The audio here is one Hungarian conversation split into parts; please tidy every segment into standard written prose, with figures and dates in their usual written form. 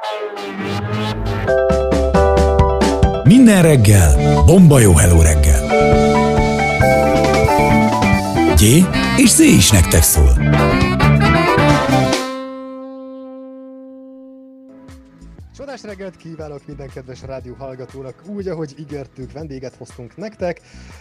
Minden reggel bomba jó hello reggel. Gyé és Zé is nektek szól. Csodás reggelt kívánok minden kedves rádió hallgatónak, úgy, ahogy ígértük, vendéget hoztunk nektek,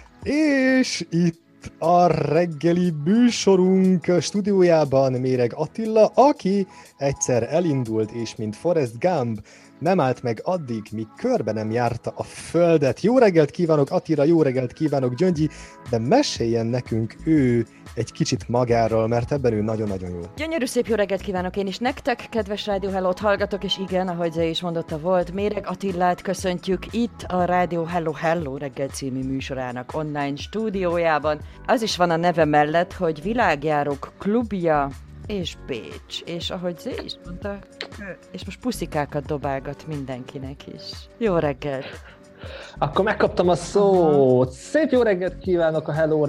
és itt a reggeli műsorunk stúdiójában Méreg Attila, aki egyszer elindult, és mint Forrest Gump nem állt meg addig, míg körbe nem járta a földet. Jó reggelt kívánok Attila, jó reggelt kívánok Gyöngyi, de meséljen nekünk ő egy kicsit magáról, mert ebben ő nagyon-nagyon jó. Gyönyörű szép jó reggelt kívánok én is nektek, kedves Rádió Hello-t hallgatok, és igen, ahogy Zé is mondotta volt, Méreg Attilát köszöntjük itt a Rádió Hello reggel című műsorának online stúdiójában. Az is van a neve mellett, hogy Világjárók klubja és Pécs, és ahogy Zé is mondta, és most puszikákat dobálgat mindenkinek is. Jó reggelt! Akkor megkaptam a szót. Szép jó reggelt kívánok a Hello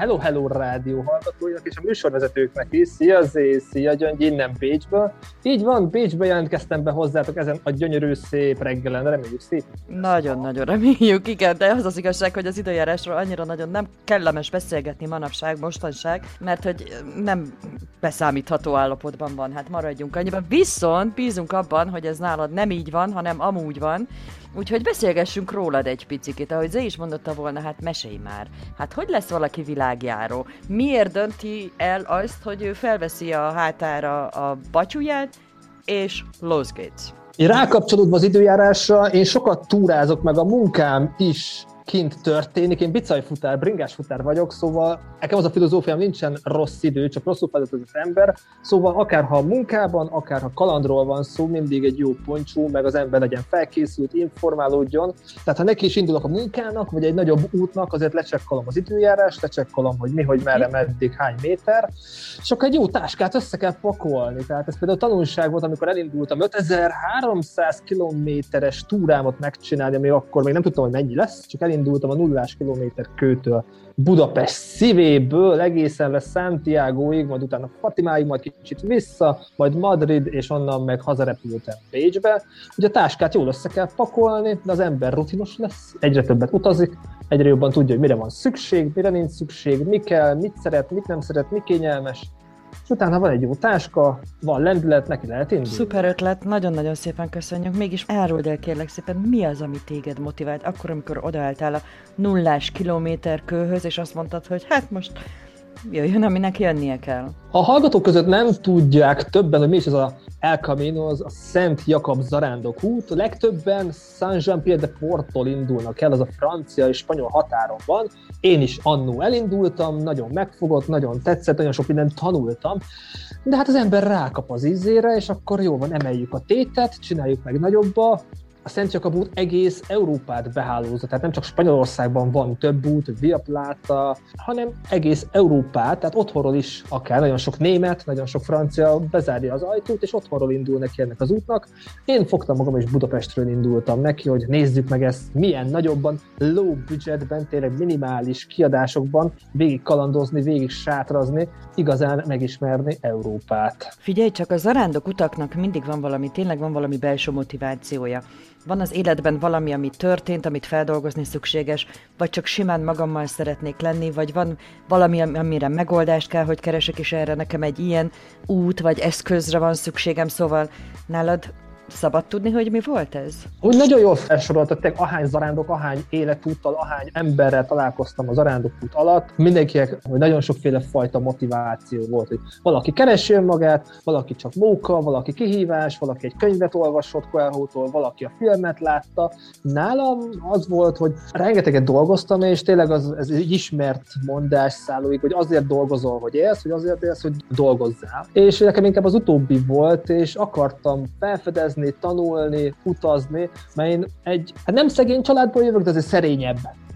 Rádió hallgatóinak és a műsorvezetőknek is. Szia Zé, szia Gyöngyi, innen Bécsből. Így van, Bécsbe jelentkeztem be hozzátok ezen a gyönyörű szép reggelen. Reméljük szép. Nagyon-nagyon reméljük, igen, de az az igazság, hogy az időjárásról annyira nagyon nem kellemes beszélgetni manapság, mostanság, mert hogy nem beszámítható állapotban van, hát maradjunk annyiban. Viszont bízunk abban, hogy ez nálad nem így van, hanem amúgy van. Úgyhogy beszélgessünk rólad egy picit, ahogy Zé is mondotta volna, hát mesélj már. Hát hogy lesz valaki világjáró? Miért dönti el azt, hogy ő felveszi a hátára a batyuját, és lózgétsz? Én rákapcsolódva az időjárásra, én sokat túrázok, meg a munkám is kint történik. Én bicajfutár, bringásfutár vagyok, szóval nekem az a filozófiám, nincsen rossz idő, csak rosszul feladatot az ember. Szóval akárha a munkában, akárha kalandról van szó, mindig egy jó poncsú, meg az ember legyen felkészült, informálódjon. Tehát ha neki is indulok a munkának, vagy egy nagyobb útnak, azért lecsekkolom az időjárást, lecsekkolom, hogy mi, hogy merre, meddig, hány méter, és akkor egy jó táskát össze kell pakolni. Tehát ez például tanulság volt, amikor elindultam 5300 kilométeres túrámot megcsinálni, ami akkor még nem tudtam, hogy mennyi lesz, csak elindultam a 0 kilométer kőtől Budapest szívéből egészen le Santiagoig, majd utána Fatimáig, majd kicsit vissza, majd Madrid, és onnan meg hazarepültem Bécsbe. Ugye a táskát jól össze kell pakolni, de az ember rutinos lesz, egyre többet utazik, egyre jobban tudja, hogy mire van szükség, mire nincs szükség, mi kell, mit szeret, mit nem szeret, mi kényelmes. És utána van egy jó táska, van lendület, neki lehet indulni. Szuper ötlet, nagyon-nagyon szépen köszönjük. Mégis áruld el kérlek szépen, mi az, ami téged motivált akkor, amikor odaálltál a 0 kilométer kőhöz, és azt mondtad, hogy hát most jöjjön, aminek jönnie kell. A hallgatók között nem tudják többen, hogy mi is ez a El Camino, az a Szent Jakab zarándok út. Legtöbben Saint-Jean-Pied-de-Porttól indulnak el, az a francia és spanyol határon van. Én is annó elindultam, nagyon megfogott, nagyon tetszett, nagyon sok mindent tanultam. De hát az ember rákap az ízére, és akkor jó van, emeljük a tétet, csináljuk meg nagyobba. A Szent Jakab út egész Európát behálózza, tehát nem csak Spanyolországban van több út, Via Plata, hanem egész Európát, tehát otthonról is akár nagyon sok német, nagyon sok francia bezárja az ajtót, és otthonról indul neki ennek az útnak. Én fogtam magam, és Budapestről indultam neki, hogy nézzük meg ezt milyen nagyobban, low budgetben, tényleg minimális kiadásokban végig kalandozni, végig sátrazni, igazán megismerni Európát. Figyelj csak, a zarándok utaknak mindig van valami, tényleg van valami belső motivációja. Van az életben valami, ami történt, amit feldolgozni szükséges, vagy csak simán magammal szeretnék lenni, vagy van valami, amire megoldást kell, hogy keresek, és erre nekem egy ilyen út vagy eszközre van szükségem, szóval nálad szabad tudni, hogy mi volt ez? Úgy nagyon jól felsoroltad, ahány zarándok, ahány életúttal, ahány emberrel találkoztam a zarándokút alatt. Mindenkinek nagyon sokféle fajta motiváció volt, hogy valaki keresi önmagát, valaki csak móka, valaki kihívás, valaki egy könyvet olvasott Coelho-tól, valaki a filmet látta. Nálam az volt, hogy rengeteget dolgoztam, és tényleg ez egy ismert mondás szállóig, hogy azért dolgozol, hogy élsz, hogy azért élsz, hogy dolgozzál. És nekem inkább az utóbbi volt, és akartam felfedezni, tanulni, utazni, mert én hát nem szegény családból jövök, de azért szerényebb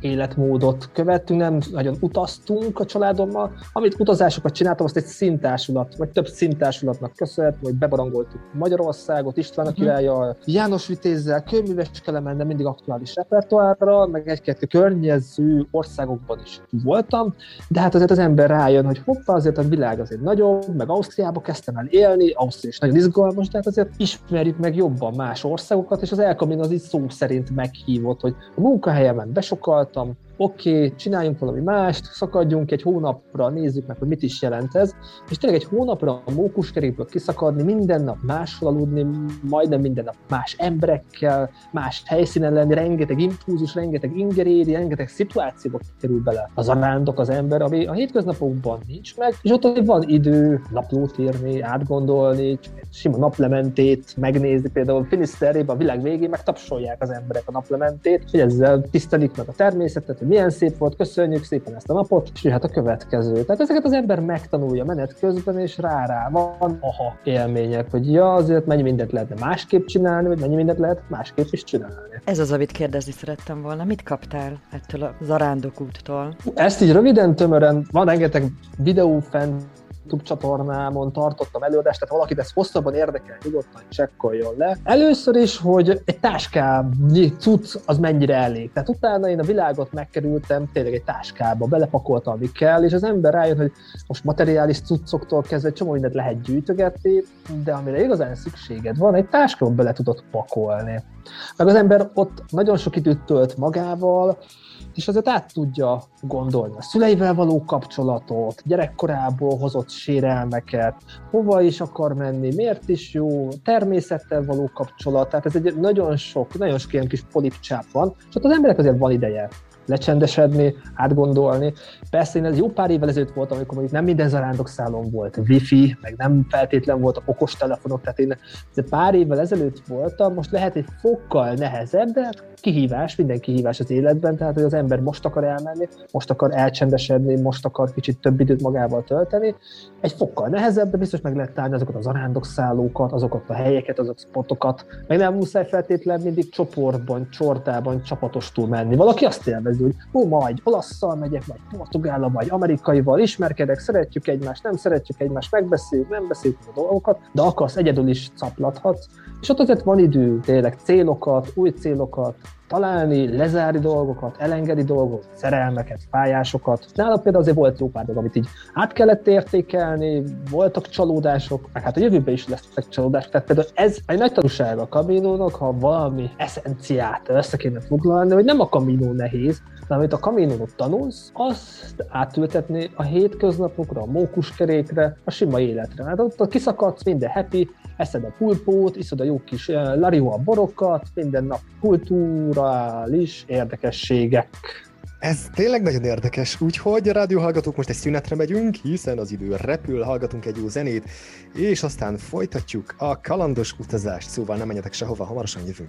életmódot követtünk, nem nagyon utaztunk a családommal. Amit utazásokat csináltam, azt egy színtársulat, vagy több színtársulatnak köszönhetem, hogy bebarangoltuk Magyarországot, István a királlyal, János Vitézzel, Kőműves Kelemen, de mindig aktuális repertoárral, meg egy-kettő környező országokban is voltam, de hát azért az ember rájön, hogy hoppá, azért a világ azért nagyobb, meg Ausztriába kezdtem el élni, Ausztria is nagyon izgalmas, de hát azért ismerjük meg jobban más országokat, és az El Camino az így szó szerint meghívott, hogy a munkahelyemen besokaltam, oké, csináljunk valami mást, szakadjunk egy hónapra, nézzük meg, hogy mit is jelent ez, és tényleg egy hónapra a mókuskerékből kiszakadni, minden nap máshol aludni, majdnem minden nap más emberekkel, más helyszínen lenni, rengeteg impulzus, rengeteg ingeréri, rengeteg szituációba kerül bele az arándok az ember, ami a hétköznapokban nincs meg, és ott van idő naplót írni, átgondolni, sima naplementét megnézni, például Finisterrében a világ végén megtapsolják az emberek a naplementét, hogy ezzel tisztelik meg a természetet, hogy milyen szép volt, köszönjük szépen ezt a napot, és jöhet a következő. Tehát ezeket az ember megtanulja menet közben, és rá van aha élmények, hogy ja, azért mennyi mindent lehetne másképp csinálni, vagy mennyi mindent lehet másképp is csinálni. Ez az, amit kérdezni szerettem volna. Mit kaptál ettől a zarándokúttól? Ezt így röviden, tömören, van rengeteg videó fent, YouTube csatornámon tartottam előadást, tehát valakit ez hosszabban érdekel, nyugodtan csekkoljon le. Először is, hogy egy táskányi cucc az mennyire elég. Tehát utána én a világot megkerültem, tényleg egy táskába, belepakoltam, ami kell, és az ember rájön, hogy most materiális cuccoktól kezdve egy csomó mindent lehet gyűjtögetni, de amire igazán szükséged van, egy táskába bele tudod pakolni. Meg az ember ott nagyon sok időt tölt magával, és azért át tudja gondolni a szüleivel való kapcsolatot, gyerekkorából hozott sérelmeket, hova is akar menni, miért is jó, természettel való kapcsolat, tehát ez egy nagyon sok ilyen kis polipcsáp van, és ott az emberek azért van ideje lecsendesedni, átgondolni. Persze én ez jó pár évvel ezelőtt voltam, amikor mondjuk nem minden zarándokszállón volt wifi, meg nem feltétlen voltak okostelefonok, tehát én pár évvel ezelőtt voltam, most lehet egy fokkal nehezebb, de hát kihívás, minden kihívás az életben, tehát hogy az ember most akar elmenni, most akar elcsendesedni, most akar kicsit több időt magával tölteni. Egy fokkal nehezebb, de biztos meg lehet találni azokat a zarándokszállókat, azokat a helyeket, azok spotokat, meg nem muszáj feltétlen mindig csoportban, csortában, csapatostul menni. Valaki azt élvezi, hogy majd olasszal megyek, vagy portugállal, vagy amerikaival ismerkedek, szeretjük egymást, nem szeretjük egymást, megbeszéljük, nem beszéljük a dolgokat, de akarsz, egyedül is caplathatsz. És ott azért van idő, tényleg célokat, új célokat találni, lezárni dolgokat, elengedni dolgokat, szerelmeket, pályásokat. Nálam például azért volt jó pár dolog, amit így át kellett értékelni, voltak csalódások, meg hát a jövőben is lesznek csalódások. Tehát például ez egy nagy tanulság a Caminónak, ha valami eszenciát össze kéne foglalni, hogy nem a Camino nehéz, de amit a Caminót tanulsz, azt átültetni a hétköznapokra, a mókuskerékre, a sima életre. Hát ott kiszakadsz, minden happy, eszed a pulpót, iszod a jó kis Larioa borokat, minden nap kulturális érdekességek. Ez tényleg nagyon érdekes, úgyhogy a rádióhallgatók most egy szünetre megyünk, hiszen az idő repül, hallgatunk egy jó zenét, és aztán folytatjuk a kalandos utazást, szóval nem menjetek sehova, hamarosan jövünk.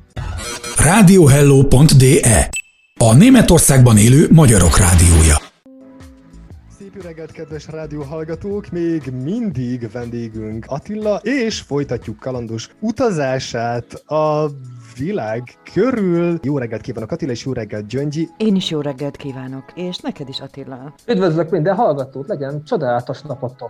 Radiohello.de, a Németországban élő magyarok rádiója. Szép jó reggelt, kedves rádióhallgatók! Még mindig vendégünk Attila, és folytatjuk kalandos utazását a világ körül. Jó reggelt kívánok, Attila, és jó reggelt, Gyöngyi. Én is jó reggelt kívánok, és neked is, Attila. Üdvözlök minden hallgatót, legyen csodálatos napotok!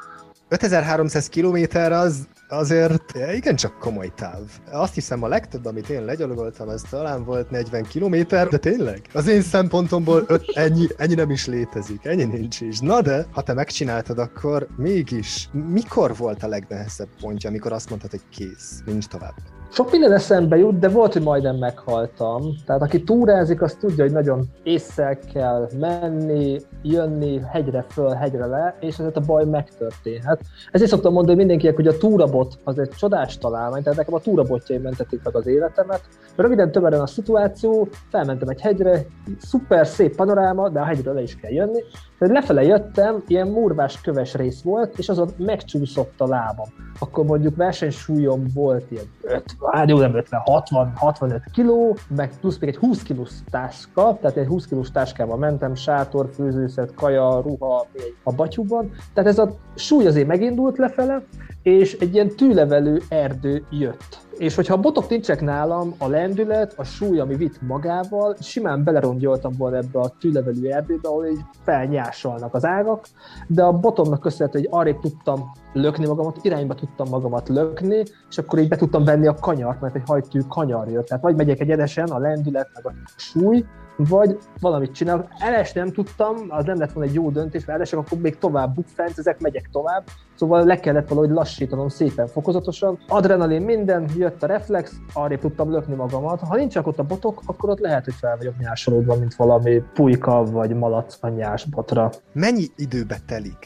5300 kilométer az azért igencsak komoly táv. Azt hiszem, a legtöbb, amit én legyalogoltam, ez talán volt 40 kilométer, de tényleg? Az én szempontomból ennyi nem is létezik, ennyi nincs is. Na de, ha te megcsináltad, akkor mégis mikor volt a legnehezebb pontja, amikor azt mondtad, hogy kész, nincs tovább? Sok minden eszembe jut, de volt, hogy majdnem meghaltam. Tehát aki túrázik, az tudja, hogy nagyon ésszel kell menni, jönni hegyre föl, hegyre le, és ezért a baj megtörténhet. Ezért szoktam mondani mindenkinek, hogy a túrabot az egy csodás találmány, tehát nekem a túrabotjaim mentették meg az életemet. Röviden tömören a szituáció, felmentem egy hegyre, szuper szép panoráma, de a hegyről le is kell jönni. Tehát lefele jöttem, ilyen murvás köves rész volt, és azon megcsúszott a lábam. Akkor mondjuk versenysúlyom volt ilyen 60-65 kiló, meg plusz még egy 20 kilós táska, tehát egy 20 kilós táskával mentem, sátor, főzőszet, kaja, ruha, a batyúban. Tehát ez a súly azért megindult lefele, és egy ilyen tűlevelő erdő jött. És hogyha a botok nincsenek nálam, a lendület, a súly, ami vitt magával, simán belerongyoltam volna ebbe a tűlevelű erdőbe, ahol így felnyásolnak az ágak, de a botomnak köszönhető, hogy arrébb tudtam lökni magamat, irányba tudtam magamat lökni, és akkor így be tudtam venni a kanyart, mert egy hajtű kanyar jött. Tehát vagy megyek egyenesen, a lendület, meg a súly, vagy valamit csinálok. Elesni nem tudtam, az nem lett volna egy jó döntés, mert elesek, akkor még tovább bukfencezek, megyek tovább. Szóval le kellett valahogy lassítanom szépen, fokozatosan. Adrenalin minden, jött a reflex, arrébb tudtam lökni magamat. Ha nincsenek ott a botok, akkor ott lehet, hogy fel vagyok nyásolódva, mint valami pulyka vagy malac a nyásbotra. Mennyi időbe telik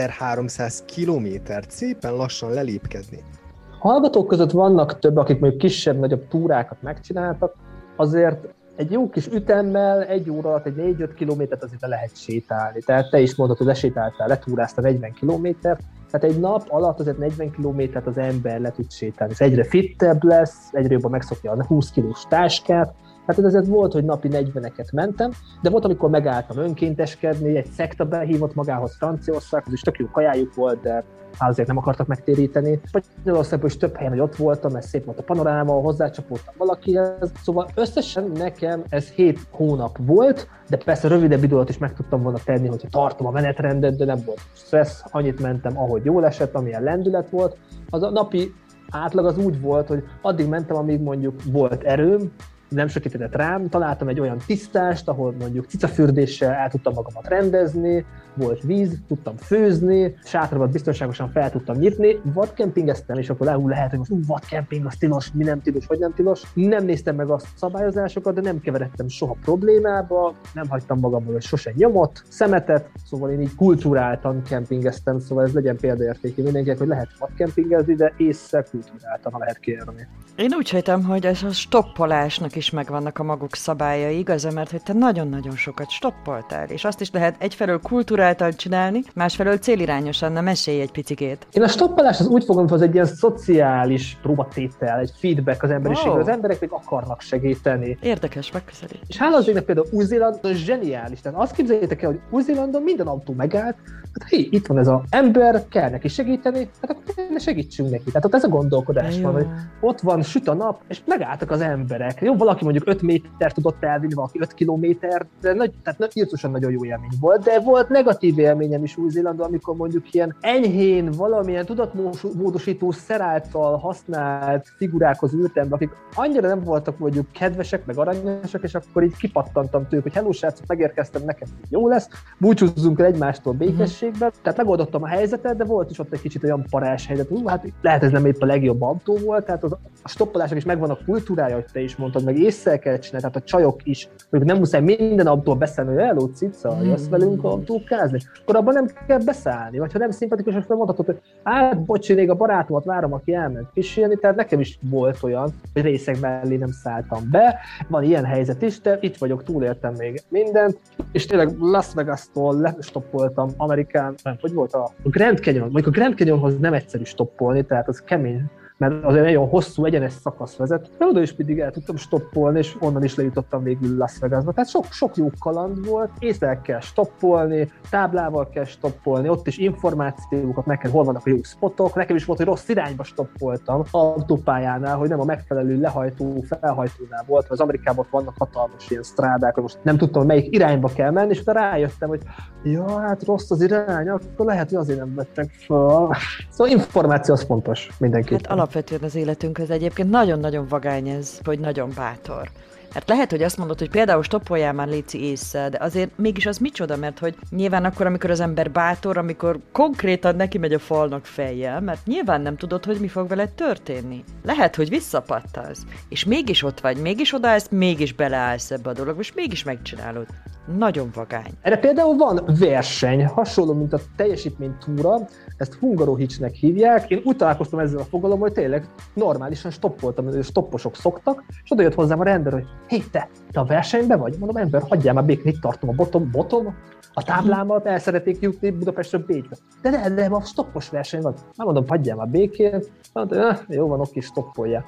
5300 kilométert szépen lassan lelépkedni? A hallgatók között vannak több, akik mondjuk kisebb-nagyobb túrákat megcsináltak, azért egy jó kis ütemmel, 1 óra alatt egy 4-5 kilométert azért lehet sétálni. Tehát te is mondod, hogy lesétáltál, letúráztál 40 kilométert, tehát egy nap alatt azért 40 kilométert az ember le tud sétálni. Ez egyre fittebb lesz, egyre jobban megszokja a 20 kilós táskát, tehát ez azért volt, hogy napi 40-eket mentem, de volt, amikor megálltam önkénteskedni, egy szekta behívott magához Franciaországhoz, és tök jó kajájuk volt, de azért nem akartak megtéríteni. Spanyolországban is több helyen, hogy ott voltam, mert szép volt a panoráma, hozzácsapoltam valakihez. Szóval összesen nekem ez 7 hónap volt, de persze rövidebb idő alatt is meg tudtam volna tenni, hogyha tartom a menetrendet, de nem volt stressz, annyit mentem, ahogy jól esett, amilyen lendület volt. Az a napi átlag az úgy volt, hogy addig mentem, amíg mondjuk volt erőm, nem sötétedett rám, találtam egy olyan tisztást, ahol mondjuk cicafürdéssel el tudtam magamat rendezni, volt víz, tudtam főzni, sátramat biztonságosan fel tudtam nyitni, vadkempingeztem, és akkor lehet, hogy most vadkemping, az tilos, mi nem tilos, vagy nem tilos. Nem néztem meg a szabályozásokat, de nem keveredtem soha problémába, nem hagytam magammal, hogy sose nyomot, szemetet, szóval én így kulturáltan kempingeztem, szóval ez legyen példaértékű mindenkinek, hogy lehet vadkempingezni, de észre kulturáltan, ha lehet kérni. Én úgy sejtem, hogy ez a stoppolásnak is megvannak a maguk szabályai, igaz? Mert hogy te nagyon-nagyon sokat stoppoltál, és azt is lehet egyfelől kulturáltan csinálni, másfelől célirányosan, na mesélj egy picikét. Én a stoppolás az úgy fogom, hogy az egy ilyen szociális próbatétel, egy feedback az emberiségre, Wow. az emberek még akarnak segíteni. Érdekes megközelítés. És hála az égnek például Új-Zéland zseniális. Tehát azt képzeljétek el, hogy Új-Zélandon minden autó megállt, hát hé, itt van ez az ember, kell neki segíteni, hát akkor segítsünk neki. Tehát ott ez a gondolkodás van, hogy ott van, süt a nap, és megálltak az emberek. Jó, valaki mondjuk 5 méter tudott elvinni, valaki 5 kilométer, de tehát írtósan nagyon jó élmény volt, de volt negatív élményem is Új-Zélandon, amikor mondjuk ilyen enyhén valamilyen tudatmódosító szer által használt figurákhoz ültem, akik annyira nem voltak mondjuk kedvesek, meg aranyosak, és akkor így kipattantam tőlük, hogy hello srácok, megérkeztem, nekem jó lesz, búcsúzzunk el egymástól békességben. Tehát megoldottam a helyzetet, de volt is ott egy kicsit olyan parás helyzet, hát lehet ez nem épp a legjobb autó volt, tehát a stoppolások is megvan a kultúrája, hogy te is mondtad, meg észre kell csinálni, tehát a csajok is, mondjuk nem muszáj minden autóval beszállni, hogy hello cica, jössz velünk autókázni, akkor abban nem kell beszállni, vagy ha nem szimpatikus, akkor mondhatod, hogy hát bocsi, még a barátomat várom, aki elment pisilni, tehát nekem is volt olyan, hogy részek mellé nem szálltam be, van ilyen helyzet is, de itt vagyok, túléltem még mindent, és tényleg Las Vegas-tól lestoppoltam Amerikán, nem, hogy volt a Grand Canyon, mondjuk a Grand Canyonhoz nem egyszerű stoppolni, tehát az kemény, mert azért nagyon hosszú, egyenes szakasz vezet, de oda is mindig el tudtam stoppolni, és onnan is lejutottam végül Las Vegasba. Tehát sok jó kaland volt, észre kell stoppolni, táblával kell stoppolni, ott is információkat meg kell, hol vannak a jó spotok. Nekem is volt, hogy rossz irányba stoppoltam autópályánál, hogy nem a megfelelő lehajtó, felhajtónál volt, az Amerikában vannak hatalmas ilyen strádák, hogy most nem tudtam, melyik irányba kell menni, és utána rájöttem, hogy ja, hát rossz az irány, akkor lehet, hogy azért nem vettek fel. Szóval információ az fontos mindenképpen. Hát alapvetően az életünkhöz egyébként nagyon-nagyon vagány ez, hogy nagyon bátor. Mert lehet, hogy azt mondod, hogy például stoppoljál már léci észre, de azért mégis az micsoda, mert hogy nyilván akkor, amikor az ember bátor, amikor konkrétan neki megy a falnak fejjel, mert nyilván nem tudod, hogy mi fog veled történni. Lehet, hogy visszapattansz, és mégis ott vagy, mégis odaállsz, mégis beleállsz ebbe a dologba, és mégis megcsinálod. Nagyon vagány. Erre például van verseny, hasonló, mint a teljesítménytúra, ezt Hungarohicsnek hívják. Én úgy találkoztam ezzel a fogalommal, hogy tényleg normálisan stoppoltam, hogy stopposok szoktak, és oda jött hozzám a rendőr, hogy hé, te a versenyben vagy? Mondom, ember, hagyjál már békén, itt tartom a bottom, a táblámat, el szeretnék jutni Budapestről Bécsbe. De nem, a stoppos verseny van. Már mondom, hagyjál már békén. Mondom, jó van, oké, stoppolja.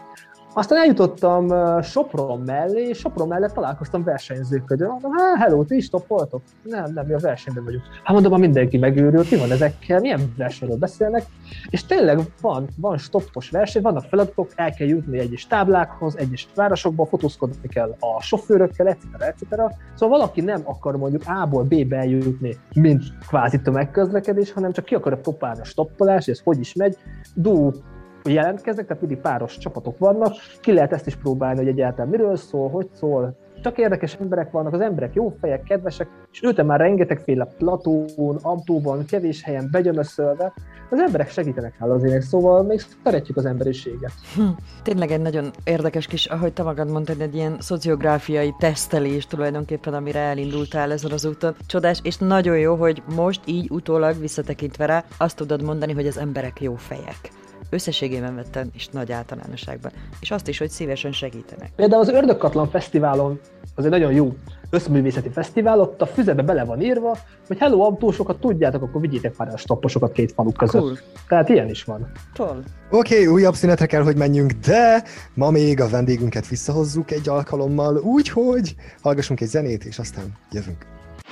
Aztán eljutottam Sopron mellé, és Sopron mellett találkoztam versenyzőkkel. Mondom, hello, ti is stoppoltok? Nem, mi a versenyben vagyunk. Hát mondom, mindenki megőrült, mi van ezekkel, milyen versenyről beszélnek? És tényleg van stoppos verseny, vannak feladatok, el kell jutni egyes táblákhoz, egyes városokba, fotózkodni kell a sofőrökkel, etc. Szóval valaki nem akar mondjuk A-ból B-be eljutni, mint kvázi tömegközlekedés, hanem csak ki akar próbálni a stoppolást, és ez hogy is megy, jelentkeznek, tehát mindig páros csapatok vannak, ki lehet ezt is próbálni, hogy egyáltalán miről szól, hogy szól. Csak érdekes emberek vannak, az emberek jó fejek, kedvesek, és ültem már rengetegféle platón, autóban, kevés helyen begyömöszölve, az emberek segítenek azért, szóval még szeretjük az emberiséget. Tényleg egy nagyon érdekes kis, ahogy te magad mondtad, egy ilyen szociográfiai tesztelés tulajdonképpen, amire elindultál ezen az úton. Csodás, és nagyon jó, hogy most így utólag visszatekintve rá azt tudod mondani, hogy az emberek jó fejek. Összességében vettem, és nagy általánosságban. És azt is, hogy szívesen segítenek. Például az Ördögkatlan Fesztiválon, az egy nagyon jó összművészeti fesztivál, ott a füzetbe bele van írva, hogy hello autósokat, tudjátok, akkor vigyétek már a stopposokat két faluk között. Cool. Tehát ilyen is van. Oké, újabb szünetre kell, hogy menjünk, de ma még a vendégünket visszahozzuk egy alkalommal, úgyhogy hallgassunk egy zenét, és aztán jövünk.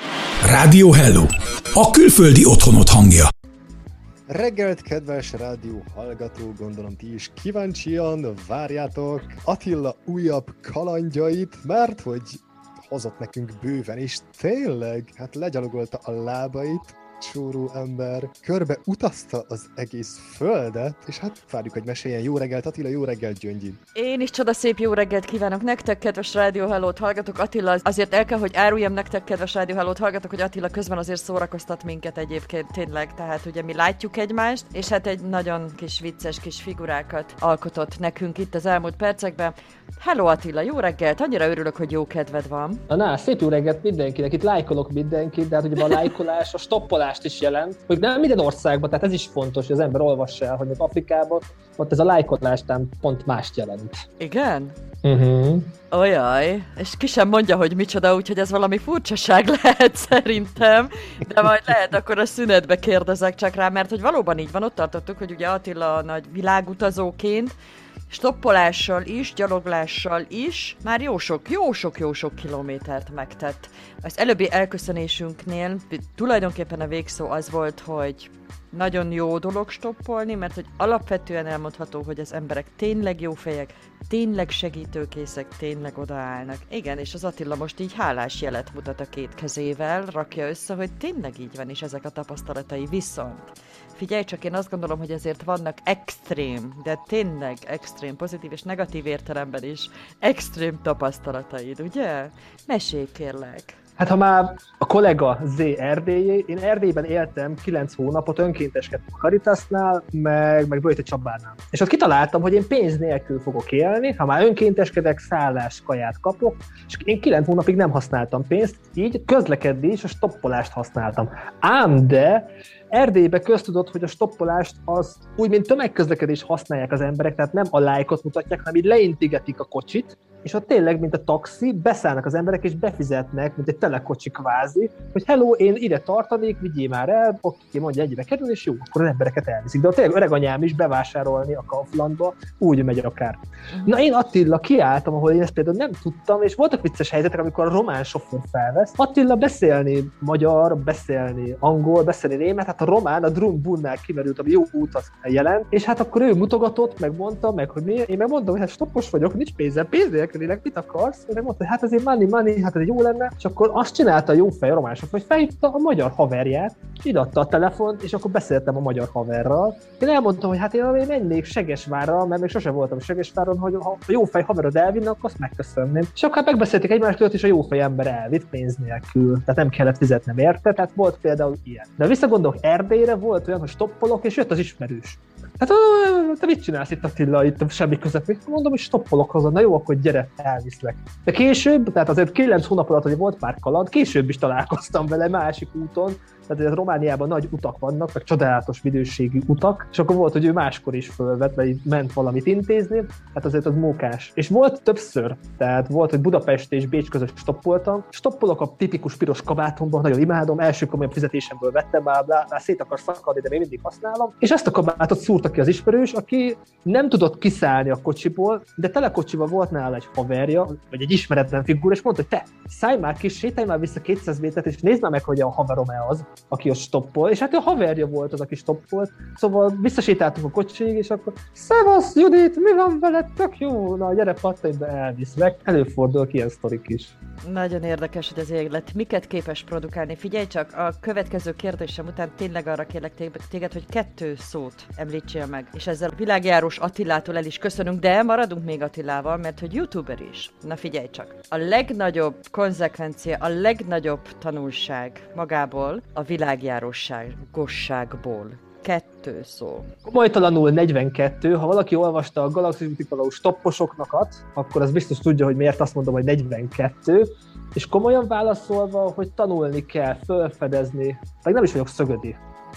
Rádió Hello, a külföldi otthonod hangja. Reggelt, kedves rádió hallgató, gondolom ti is kíváncsian várjátok Attila újabb kalandjait, mert hogy hozott nekünk bőven, és tényleg, hát legyalogolta a lábait, csóró ember, körbe utazta az egész földet, és hát várjuk, hogy meséljen. Jó reggelt Attila, jó reggelt Gyöngyi. Én is csodaszép jó reggelt kívánok nektek, kedves Rádió Hellót hallgatok. Attila, azért el kell, hogy áruljam nektek, kedves Rádió Hellót hallgatok, hogy Attila közben azért szórakoztat minket egyébként tényleg, tehát ugye mi látjuk egymást, és hát egy nagyon kis vicces kis figurákat alkotott nekünk itt az elmúlt percekben. Hello Attila, jó reggelt, annyira örülök, hogy jó kedved van. Na, szép jó reggelt mindenkinek, itt lájkolok mindenkit, de hát ugye a lájkolás, a stoppolást is jelent, hogy nem minden országban, tehát ez is fontos, hogy az ember olvassa el, hogy az Afrikában ott ez a lájkolás pont mást jelent. Igen? Uh-huh. Ojaj, és ki sem mondja, hogy micsoda, úgyhogy ez valami furcsaság lehet szerintem, de majd lehet akkor a szünetbe kérdezek csak rá, mert hogy valóban így van, ott tartottuk, hogy ugye Attila nagy világutazóként stoppolással is, gyaloglással is már jó sok kilométert megtett. Az előbbi elköszönésünknél tulajdonképpen a végszó az volt, hogy nagyon jó dolog stoppolni, mert hogy alapvetően elmondható, hogy az emberek tényleg jó fejek, tényleg segítőkészek, tényleg odaállnak. Igen, és az Attila most így hálás jelet mutat a két kezével, rakja össze, hogy tényleg így van, és ezek a tapasztalatai viszont. Figyelj csak, én azt gondolom, hogy ezért vannak extrém, de tényleg extrém, pozitív és negatív értelemben is extrém tapasztalataid, ugye? Mesélj kérlek! Hát ha már a kollega Z Erdélyé, én Erdélyben éltem 9 hónapot, önkénteskedtem a Caritasnál, meg Böjte Csabánál. És ott kitaláltam, hogy én pénz nélkül fogok élni, ha már önkénteskedek, szállás, kaját kapok, és én 9 hónapig nem használtam pénzt, így közlekedés, a stoppolást használtam. Ám de Erdélybe köztudott, hogy a stoppolást az úgy, mint tömegközlekedés használják az emberek, tehát nem a lájkot mutatják, hanem így leintigetik a kocsit, és ott tényleg, mint a taxi, beszállnak az emberek, és befizetnek, mint egy telekocsi kvázi, hogy hello, én ide tartanék, vigyél már el, oké, mondja, egyre kerül, és jó, akkor az embereket elviszik. De ott tényleg öreg anyám is bevásárolni a Kauflandba, úgy megy akár. Na én Attila kiálltam, ahol én ezt például nem tudtam, és voltak vicces helyzetek, amikor a román sofőr felvesz. Attila beszélni magyar, beszélni angol, beszélni német, hát a román, a Drumbunnál kimerült, ami jó út az jelent, és hát akkor ő mutogatott, megmondta, meg hogy mi, én megmondtam, hogy hát stoppos vagyok, nincs pénzem, pénz nélkülileg, mit akarsz? Én megmondta, hogy hát azért money, hát ez jó lenne, és akkor azt csinálta a jó fej román sofőr, hogy felhívta a magyar haverját, idatta a telefont, és akkor beszéltem a magyar haverral. Én elmondtam, hogy hát én mennék Segesvárra, mert még sose voltam Segesváron, hogy ha a jó fej haverod elvinne, akkor azt megköszönném. És akkor megbeszélték egymás között, és a jó fej ember elvitt pénz nélkül, tehát nem kellett fizetnem érte, tehát volt például ilyen. De visszagondolok, Erdélyre volt olyan, hogy stoppolok, és jött az ismerős. Hát te mit csinálsz itt Attila, itt a semmi közepén? Mondom, hogy stoppolok hozzá, na jó, akkor gyere, elviszlek. De később, tehát azért 9 hónap alatt, hogy volt pár kaland, később is találkoztam vele másik úton, tehát hogy Romániában nagy utak vannak, meg csodálatos minőségű utak, és akkor volt, hogy ő máskor is fölvett, vagy ment valamit intézni, hát azért az mókás. És volt többször, tehát volt, hogy Budapest és Bécs között stoppoltam. Stoppolok a tipikus piros kabátomban, nagyon imádom, első komolyabb fizetésemből vettem, már szét akar szakadni, de még mindig használom. És ezt a kabátot szúrta ki az ismerős, aki nem tudott kiszállni a kocsiból, de tele kocsival volt nála egy haverja, vagy egy ismeretlen figura, és mondta, hogy te, szállj már ki, sétálj már vissza 200 métert, és nézd már meg, hogy a haverom-e az, aki ott stoppol. És hát a haverja volt az, aki stoppolt. Szóval visszasétáltunk a kocsiig, és akkor szevasz, Judit, mi van veled? Tök jó, na gyere, pattanj be, elviszlek. Előfordul ilyen sztorik is. Nagyon érdekes, hogy az élet miket képes produkálni. Figyelj csak, a következő kérdésem után tényleg arra kérlek téged, hogy 2 szót említsél meg. És ezzel világjárós Attilától el is köszönünk, de maradunk még Attilával, mert hogy youtuber is. Na figyelj csak. A legnagyobb konzekvencia, a legnagyobb tanulság magából a világjárosságosságból. 2 szó. Komolytalanul 42, ha valaki olvasta a Galaxis való stopposokat, akkor az biztos tudja, hogy miért azt mondom, hogy 42, és komolyan válaszolva, hogy tanulni kell, felfedezni, meg nem is vagyok szögödi.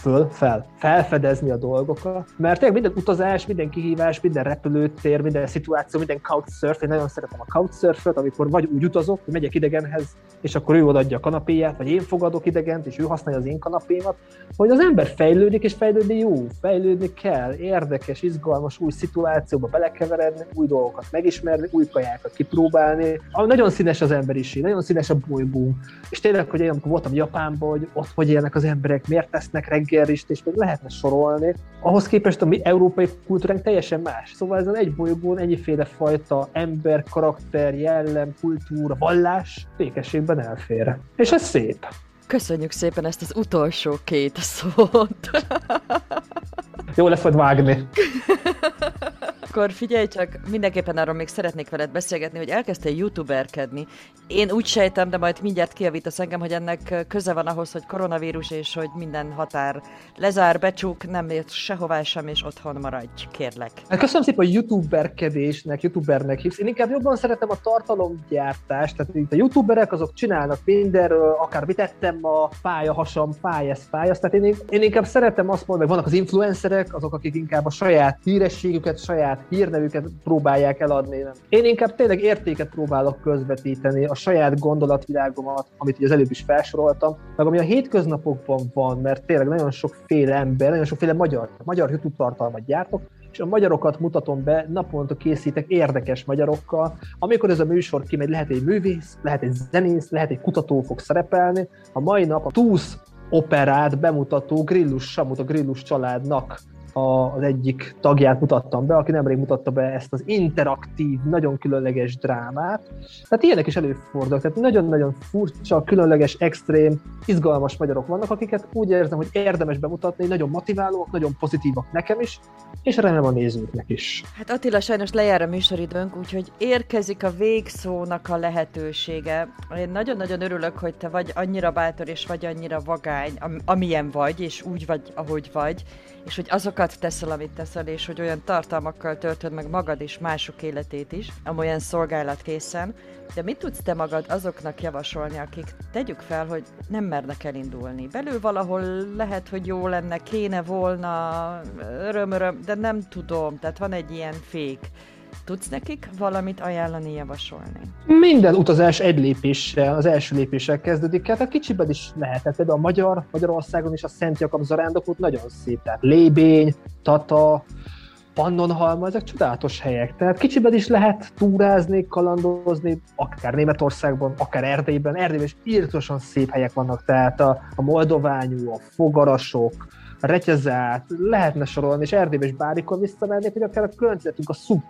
Felfedezni a dolgokat, mert tényleg minden utazás, minden kihívás, minden repülőtér, minden szituáció, minden couchsurf, én nagyon szeretem a couchsurfet, amikor vagy úgy utazok, hogy megyek idegenhez, és akkor ő odaadja a kanapéját, vagy én fogadok idegent, és ő használja az én kanapémat, hogy az ember fejlődik, és fejlődni jó, fejlődni kell, érdekes, izgalmas, új szituációba belekeveredni, új dolgokat megismerni, új kajákat kipróbálni. Nagyon színes az emberiség, nagyon színes a bolygó, és tényleg, hogy én amikor voltam Japánban, hogy ott hogy élnek az emberek, miért tesznek reggelist, és még lehetne sorolni. Ahhoz képest a mi európai kultúránk teljesen más. Szóval ezen egy bolygón ennyiféle fajta ember, karakter, jellem, kultúra, vallás békességben elfér. És ez szép. Köszönjük szépen ezt az utolsó 2 szót. Jó lesz majd vágni. Akkor figyelj csak, mindenképpen arról még szeretnék veled beszélgetni, hogy elkezdtél youtuberkedni. Én úgy sejtem, de majd mindjárt kijavítasz engem, hogy ennek köze van ahhoz, hogy koronavírus és hogy minden határ lezár, becsuk, nem ért sehová sem, és otthon maradj, kérlek. Köszönöm szépen, hogy youtubernek hívsz. Én inkább jobban szeretem a tartalomgyártást, tehát itt a youtuberek azok csinálnak mindenről, akár vitettem a fáj a hasam, fáj ez, tehát én inkább szeretem azt mondani, hogy vannak az influencerek, azok, akik inkább a saját hírességüket, saját hírnevüket próbálják eladni. Én inkább tényleg értéket próbálok közvetíteni, a saját gondolatvilágomat, amit ugye az előbb is felsoroltam, meg ami a hétköznapokban van, mert tényleg nagyon sokféle ember, nagyon sokféle magyar YouTube tartalmat gyártok, és a magyarokat mutatom be, naponta készítek érdekes magyarokkal. Amikor ez a műsor kimegy, lehet egy művész, lehet egy zenész, lehet egy kutató fog szerepelni. A mai nap a TUSZ operát bemutató Grillus Samut, a Grillus családnak az egyik tagját mutattam be, aki nemrég mutatta be ezt az interaktív, nagyon különleges drámát. Tehát ilyenek is előfordulnak, tehát nagyon-nagyon furcsa, különleges, extrém, izgalmas magyarok vannak, akiket úgy érzem, hogy érdemes bemutatni, nagyon motiválóak, nagyon pozitívak nekem is, és remélem a nézőknek is. Hát Attila, sajnos lejár a műsoridőnk, úgyhogy érkezik a végszónak a lehetősége. Én nagyon-nagyon örülök, hogy te vagy annyira bátor és vagy annyira vagány, amilyen vagy, és úgy vagy, ahogy vagy, és hogy azokat teszel, amit teszel, és hogy olyan tartalmakkal töltöd meg magad és mások életét is, amolyan szolgálatkészen. De mit tudsz te magad azoknak javasolni, akik tegyük fel, hogy nem mernek elindulni? Belül valahol lehet, hogy jó lenne, kéne volna, öröm, de nem tudom, tehát van egy ilyen fék. Tudsz nekik valamit ajánlani, javasolni? Minden utazás egy lépéssel, az első lépéssel kezdődik el, tehát kicsiben is lehet. Például Magyarországon is a Szent Jakab zarándokút nagyon szép, tehát Lébény, Tata, Pannonhalma, ezek csodálatos helyek. Tehát kicsiben is lehet túrázni, kalandozni, akár Németországban, akár Erdélyben. Erdélyben is írtósan szép helyek vannak, tehát a Moldoványú, a Fogarasok, a Retyezát, lehetne sorolni, és Erdélybe is bármikor visszamennék, hogy akár a környezetünk,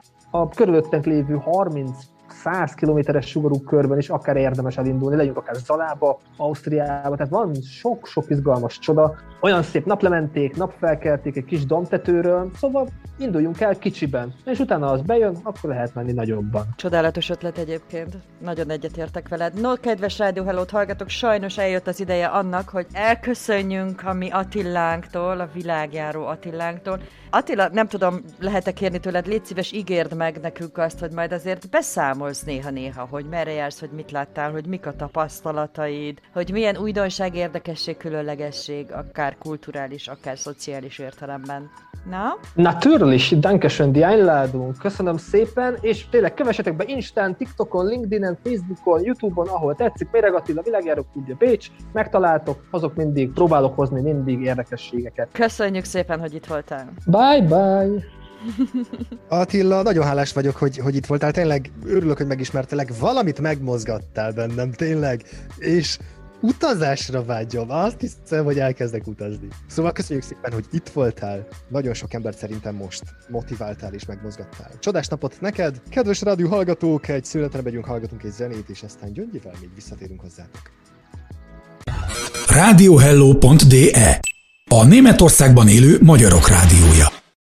a körülöttünk lévő 30-100 kilométeres sugarú körben is akár érdemes elindulni, legyünk akár Zalába, Ausztriába, tehát van sok-sok izgalmas csoda, olyan szép naplementék, napfelkelték egy kis domtetőről, szóval induljunk el kicsiben, és utána az bejön, akkor lehet menni nagyobban. Csodálatos ötlet egyébként, nagyon egyetértek veled. No, kedves Rádió Hellót hallgatók, sajnos eljött az ideje annak, hogy elköszönjünk a mi Attilánktól, a világjáró Attilánktól. Attila, nem tudom, lehet-e kérni tőled, légy szíves, ígérd meg nekünk azt, hogy majd azért beszámolsz beszámolsz néha-néha, hogy merre jársz, hogy mit láttál, hogy mik a tapasztalataid, hogy milyen újdonság, érdekesség, különlegesség, akár kulturális, akár szociális értelemben. Na? Natürlich, dankeschön, die Einladung. Köszönöm szépen, és tényleg kövessetek be Instán, TikTokon, LinkedInen, Facebookon, YouTube-on, ahol tetszik, Méreg Attila, Világjáró Klubja Bécs, megtaláltok, azok mindig, próbálok hozni mindig érdekességeket. Köszönjük szépen, hogy itt voltál. Bye-bye! Attila, nagyon hálás vagyok, hogy itt voltál, tényleg örülök, hogy megismertelek, valamit megmozgattál bennem, tényleg, és utazásra vágyom, azt hiszem, hogy elkezdek utazni. Szóval köszönjük szépen, hogy itt voltál, nagyon sok embert szerintem most motiváltál és megmozgattál. Csodás napot neked, kedves rádió hallgatók, egy szünetre megyünk, hallgatunk egy zenét, és aztán Gyöngyivel még visszatérünk hozzátok. Radiohello.de, a Németországban élő magyarok rádiója.